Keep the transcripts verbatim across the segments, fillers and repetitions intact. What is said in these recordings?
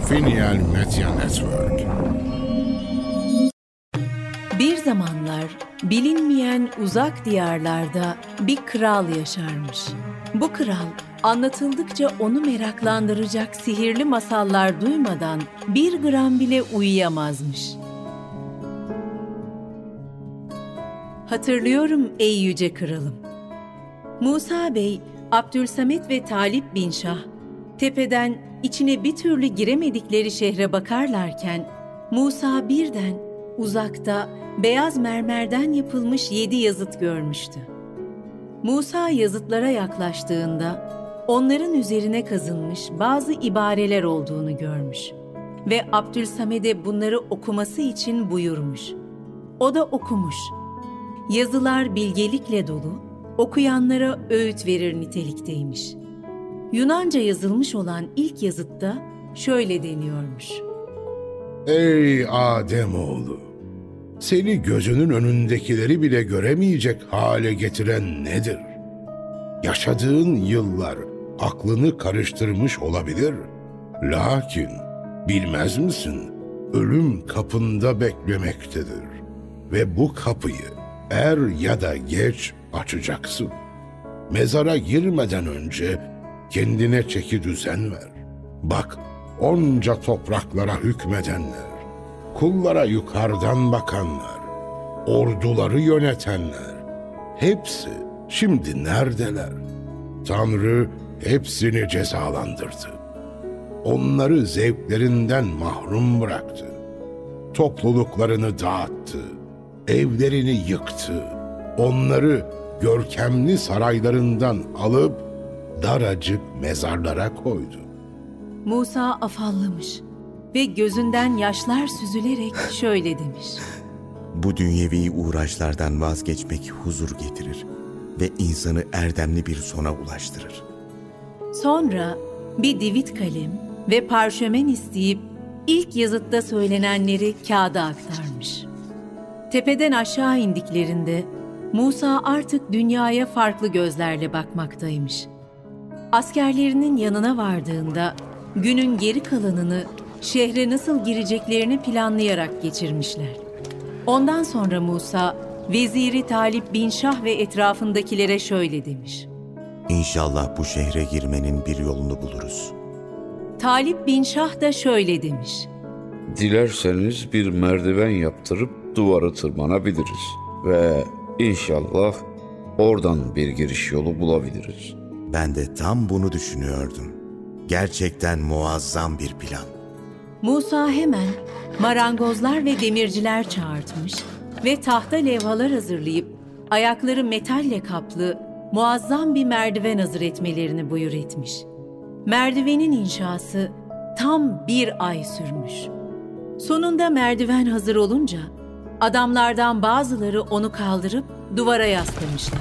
Phineal Media Network. Bir zamanlar bilinmeyen uzak diyarlarda bir kral yaşarmış. Bu kral anlatıldıkça onu meraklandıracak sihirli masallar duymadan bir gram bile uyuyamazmış. Hatırlıyorum ey yüce kralım. Musa Bey, Abdülsamet ve Talip bin Şah tepeden içine bir türlü giremedikleri şehre bakarlarken Musa birden uzakta beyaz mermerden yapılmış yedi yazıt görmüştü. Musa yazıtlara yaklaştığında onların üzerine kazınmış bazı ibareler olduğunu görmüş ve Abdülsamed'e bunları okuması için buyurmuş. O da okumuş. Yazılar bilgelikle dolu, okuyanlara öğüt verir nitelikteymiş. Yunanca yazılmış olan ilk yazıtta şöyle deniyormuş. Ey Ademoğlu! Seni gözünün önündekileri bile göremeyecek hale getiren nedir? Yaşadığın yıllar aklını karıştırmış olabilir. Lakin bilmez misin? Ölüm kapında beklemektedir. Ve bu kapıyı er ya da geç açacaksın. Mezara girmeden önce kendine çeki düzen ver. Bak, onca topraklara hükmedenler, kullara yukarıdan bakanlar, orduları yönetenler, hepsi şimdi neredeler? Tanrı hepsini cezalandırdı. Onları zevklerinden mahrum bıraktı. Topluluklarını dağıttı, evlerini yıktı. Onları görkemli saraylarından alıp daracık mezarlara koydu. Musa afallamış ve gözünden yaşlar süzülerek şöyle demiş. Bu dünyevi uğraşlardan vazgeçmek huzur getirir ve insanı erdemli bir sona ulaştırır. Sonra bir divit kalem ve parşömen isteyip ilk yazıtta söylenenleri kağıda aktarmış. Tepeden aşağı indiklerinde Musa artık dünyaya farklı gözlerle bakmaktaymış. Askerlerinin yanına vardığında günün geri kalanını şehre nasıl gireceklerini planlayarak geçirmişler. Ondan sonra Musa, veziri Talip bin Şah ve etrafındakilere şöyle demiş. İnşallah bu şehre girmenin bir yolunu buluruz. Talip bin Şah da şöyle demiş. Dilerseniz bir merdiven yaptırıp duvarı tırmanabiliriz ve inşallah oradan bir giriş yolu bulabiliriz. Ben de tam bunu düşünüyordum. Gerçekten muazzam bir plan. Musa hemen marangozlar ve demirciler çağırtmış ve tahta levhalar hazırlayıp ayakları metalle kaplı muazzam bir merdiven hazır etmelerini buyur etmiş. Merdivenin inşası tam bir ay sürmüş. Sonunda merdiven hazır olunca adamlardan bazıları onu kaldırıp duvara yaslamışlar.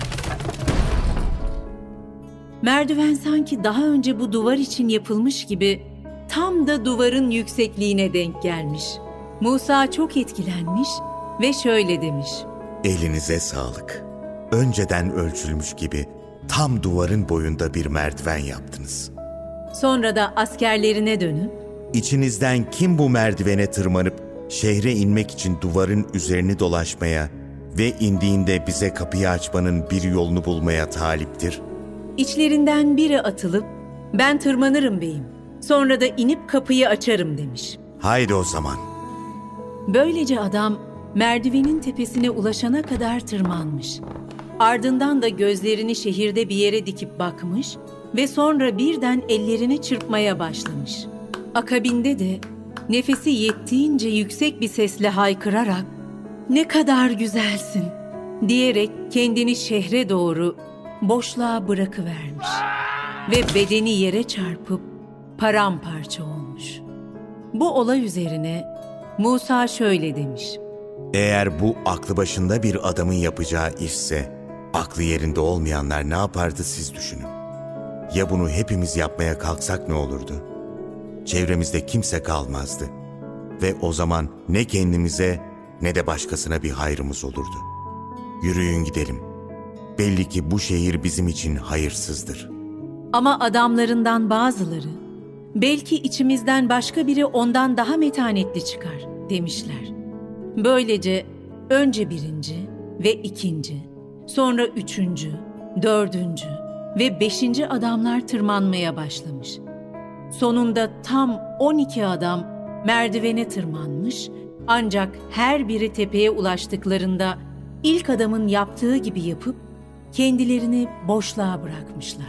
Merdiven sanki daha önce bu duvar için yapılmış gibi tam da duvarın yüksekliğine denk gelmiş. Musa çok etkilenmiş ve şöyle demiş. Elinize sağlık. Önceden ölçülmüş gibi tam duvarın boyunda bir merdiven yaptınız. Sonra da askerlerine dönüp, İçinizden kim bu merdivene tırmanıp şehre inmek için duvarın üzerini dolaşmaya ve indiğinde bize kapıyı açmanın bir yolunu bulmaya taliptir? İçlerinden biri atılıp, ben tırmanırım beyim, sonra da inip kapıyı açarım demiş. Haydi o zaman. Böylece adam merdivenin tepesine ulaşana kadar tırmanmış. Ardından da gözlerini şehirde bir yere dikip bakmış ve sonra birden ellerini çırpmaya başlamış. Akabinde de nefesi yettiğince yüksek bir sesle haykırarak "Ne kadar güzelsin!" diyerek kendini şehre doğru boşluğa bırakıvermiş ve bedeni yere çarpıp paramparça olmuş. Bu olay üzerine Musa şöyle demiş. Eğer bu aklı başında bir adamın yapacağı işse, aklı yerinde olmayanlar ne yapardı siz düşünün. Ya bunu hepimiz yapmaya kalksak ne olurdu? Çevremizde kimse kalmazdı. Ve o zaman ne kendimize ne de başkasına bir hayrımız olurdu. Yürüyün gidelim. Belli ki bu şehir bizim için hayırsızdır. Ama adamlarından bazıları, Belki içimizden başka biri ondan daha metanetli çıkar demişler. Böylece önce birinci ve ikinci, sonra üçüncü, dördüncü ve beşinci adamlar tırmanmaya başlamış. Sonunda tam on iki adam merdivene tırmanmış, ancak her biri tepeye ulaştıklarında ilk adamın yaptığı gibi yapıp kendilerini boşluğa bırakmışlar.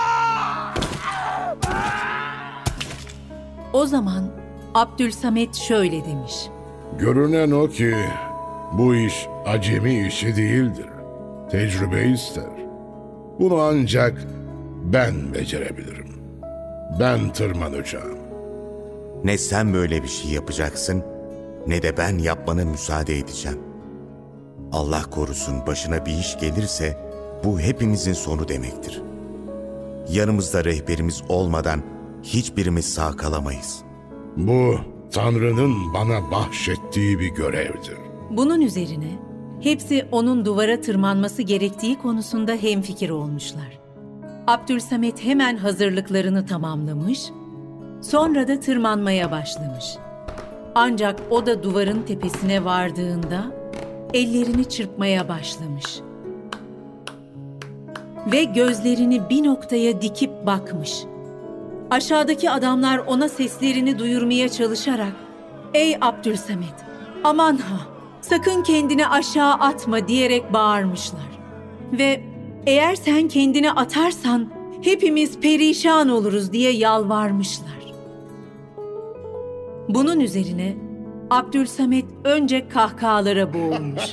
O zaman Abdülsamet şöyle demiş: Görünen o ki bu iş acemi işi değildir. Tecrübe ister. Bunu ancak ben becerebilirim. Ben tırmanacağım. Ne sen böyle bir şey yapacaksın, ne de ben yapmana müsaade edeceğim. Allah korusun başına bir iş gelirse bu hepimizin sonu demektir. Yanımızda rehberimiz olmadan hiçbirimiz sağ kalamayız. Bu Tanrı'nın bana bahşettiği bir görevdir. Bunun üzerine hepsi onun duvara tırmanması gerektiği konusunda hemfikir olmuşlar. Abdülsamet hemen hazırlıklarını tamamlamış, sonra da tırmanmaya başlamış. Ancak o da duvarın tepesine vardığında ellerini çırpmaya başlamış. Ve gözlerini bir noktaya dikip bakmış. Aşağıdaki adamlar ona seslerini duyurmaya çalışarak "Ey Abdülsamet, aman ha, sakın kendini aşağı atma" diyerek bağırmışlar. Ve "Eğer sen kendini atarsan hepimiz perişan oluruz" diye yalvarmışlar. Bunun üzerine Abdülsamet önce kahkahalara boğulmuş.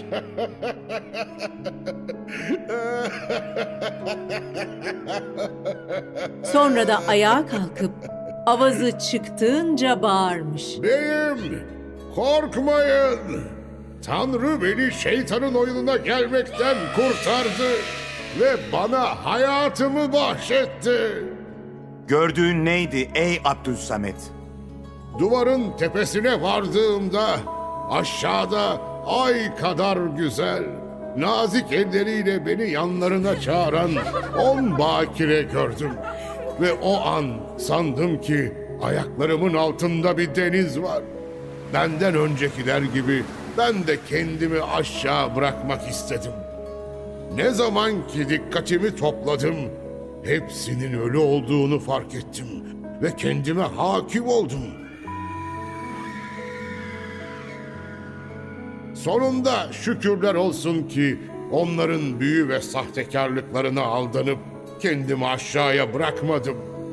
Sonra da ayağa kalkıp avazı çıktığınca bağırmış. Beyim, korkmayın. Tanrı beni şeytanın oyununa gelmekten kurtardı ve bana hayatımı bahşetti. Gördüğün neydi ey Abdülsamet? Duvarın tepesine vardığımda aşağıda ay kadar güzel, nazik elleriyle beni yanlarına çağıran on bakire gördüm. Ve o an sandım ki ayaklarımın altında bir deniz var. Benden öncekiler gibi ben de kendimi aşağı bırakmak istedim. Ne zaman ki dikkatimi topladım, hepsinin ölü olduğunu fark ettim ve kendime hakim oldum. Sonunda şükürler olsun ki onların büyü ve sahtekarlıklarına aldanıp kendimi aşağıya bırakmadım.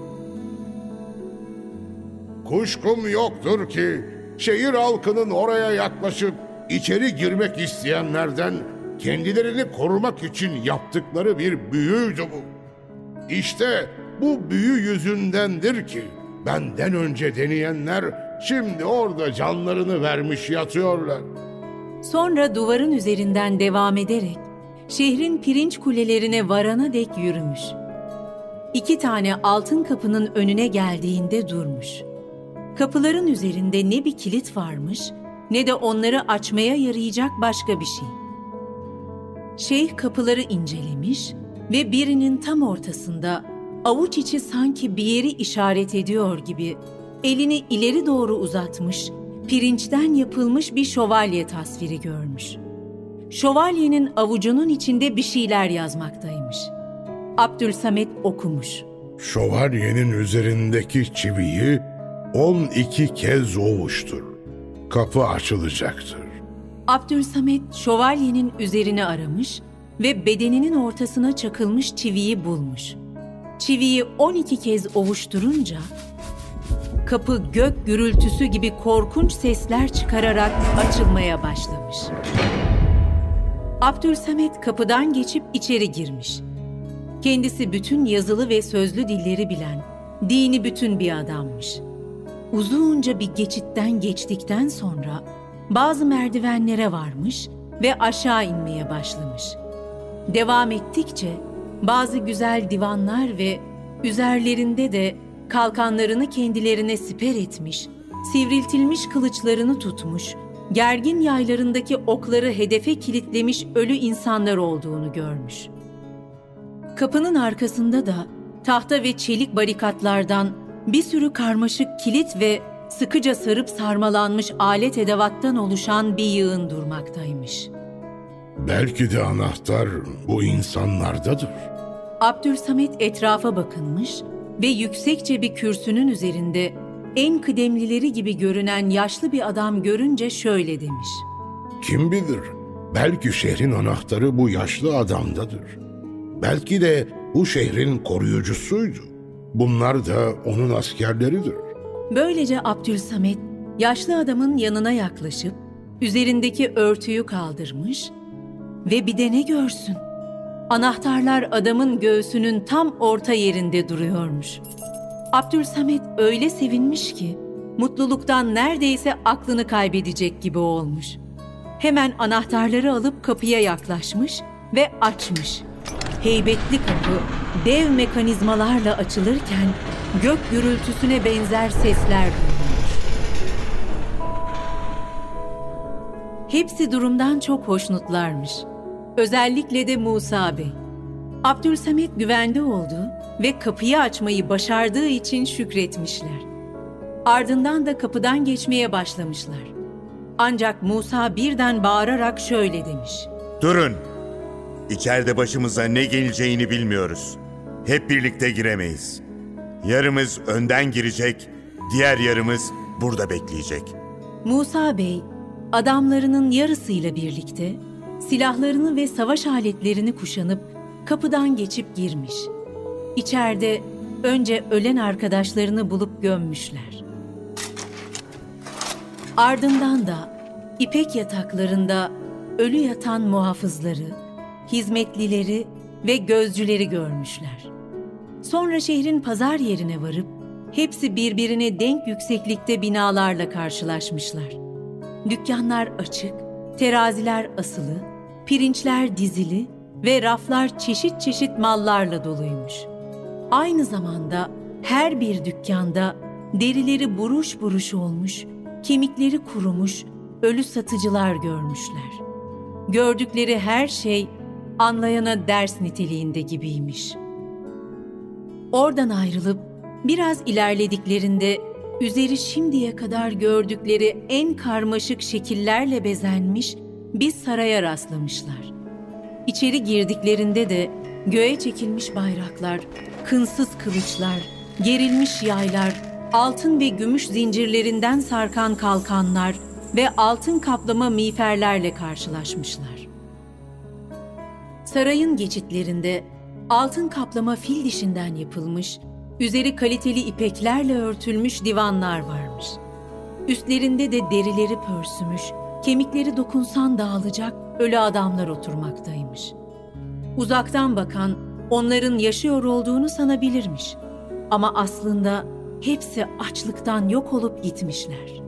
Kuşkum yoktur ki şehir halkının oraya yaklaşıp içeri girmek isteyenlerden kendilerini korumak için yaptıkları bir büyüydü bu. İşte bu büyü yüzündendir ki benden önce deneyenler şimdi orada canlarını vermiş yatıyorlar. Sonra duvarın üzerinden devam ederek şehrin pirinç kulelerine varana dek yürümüş. İki tane altın kapının önüne geldiğinde durmuş. Kapıların üzerinde ne bir kilit varmış, ne de onları açmaya yarayacak başka bir şey. Şeyh kapıları incelemiş ve birinin tam ortasında avuç içi sanki bir yeri işaret ediyor gibi elini ileri doğru uzatmış, pirinçten yapılmış bir şövalye tasviri görmüş. Şövalyenin avucunun içinde bir şeyler yazmaktaymış. Abdülsamet okumuş. Şövalyenin üzerindeki çiviyi on iki kez ovuştur. Kapı açılacaktır. Abdülsamet şövalyenin üzerini aramış ve bedeninin ortasına çakılmış çiviyi bulmuş. Çiviyi on iki kez ovuşturunca kapı gök gürültüsü gibi korkunç sesler çıkararak açılmaya başlamış. Abdülsamet kapıdan geçip içeri girmiş. Kendisi bütün yazılı ve sözlü dilleri bilen, dini bütün bir adammış. Uzunca bir geçitten geçtikten sonra bazı merdivenlere varmış ve aşağı inmeye başlamış. Devam ettikçe bazı güzel divanlar ve üzerlerinde de kalkanlarını kendilerine siper etmiş, sivriltilmiş kılıçlarını tutmuş, gergin yaylarındaki okları hedefe kilitlemiş ölü insanlar olduğunu görmüş. Kapının arkasında da tahta ve çelik barikatlardan bir sürü karmaşık kilit ve sıkıca sarıp sarmalanmış alet edevattan oluşan bir yığın durmaktaymış. Belki de anahtar bu insanlardadır. Abdülsamet etrafa bakınmış ve yüksekçe bir kürsünün üzerinde en kıdemlileri gibi görünen yaşlı bir adam görünce şöyle demiş. Kim bilir, belki şehrin anahtarı bu yaşlı adamdadır. Belki de bu şehrin koruyucusuydu. Bunlar da onun askerleridir. Böylece Abdülsamet yaşlı adamın yanına yaklaşıp üzerindeki örtüyü kaldırmış ve bir de ne görsün? Anahtarlar adamın göğsünün tam orta yerinde duruyormuş. Abdülsamet öyle sevinmiş ki mutluluktan neredeyse aklını kaybedecek gibi olmuş. Hemen anahtarları alıp kapıya yaklaşmış ve açmış. Heybetli kapı dev mekanizmalarla açılırken gök gürültüsüne benzer sesler duyulmuş. Hepsi durumdan çok hoşnutlarmış. Özellikle de Musa Bey. Abdülsamet güvende oldu ve kapıyı açmayı başardığı için şükretmişler. Ardından da kapıdan geçmeye başlamışlar. Ancak Musa birden bağırarak şöyle demiş. Durun! İçeride başımıza ne geleceğini bilmiyoruz. Hep birlikte giremeyiz. Yarımız önden girecek, diğer yarımız burada bekleyecek. Musa Bey, adamlarının yarısıyla birlikte silahlarını ve savaş aletlerini kuşanıp kapıdan geçip girmiş. İçeride önce ölen arkadaşlarını bulup gömmüşler. Ardından da ipek yataklarında ölü yatan muhafızları, hizmetlileri ve gözcüleri görmüşler. Sonra şehrin pazar yerine varıp hepsi birbirine denk yükseklikte binalarla karşılaşmışlar. Dükkanlar açık, teraziler asılı, pirinçler dizili ve raflar çeşit çeşit mallarla doluymuş. Aynı zamanda her bir dükkanda derileri buruş buruş olmuş, kemikleri kurumuş, ölü satıcılar görmüşler. Gördükleri her şey anlayana ders niteliğinde gibiymiş. Oradan ayrılıp biraz ilerlediklerinde üzeri şimdiye kadar gördükleri en karmaşık şekillerle bezenmiş bir saraya rastlamışlar. İçeri girdiklerinde de göğe çekilmiş bayraklar, kınsız kılıçlar, gerilmiş yaylar, altın ve gümüş zincirlerinden sarkan kalkanlar ve altın kaplama miğferlerle karşılaşmışlar. Sarayın geçitlerinde altın kaplama fil dişinden yapılmış, üzeri kaliteli ipeklerle örtülmüş divanlar varmış. Üstlerinde de derileri pörsümüş, kemikleri dokunsan dağılacak ölü adamlar oturmaktaymış. Uzaktan bakan onların yaşıyor olduğunu sanabilirmiş. Ama aslında hepsi açlıktan yok olup gitmişler.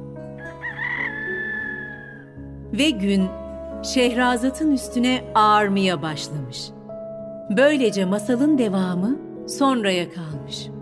Ve gün Şehrazat'ın üstüne ağarmaya başlamış. Böylece masalın devamı sonraya kalmış.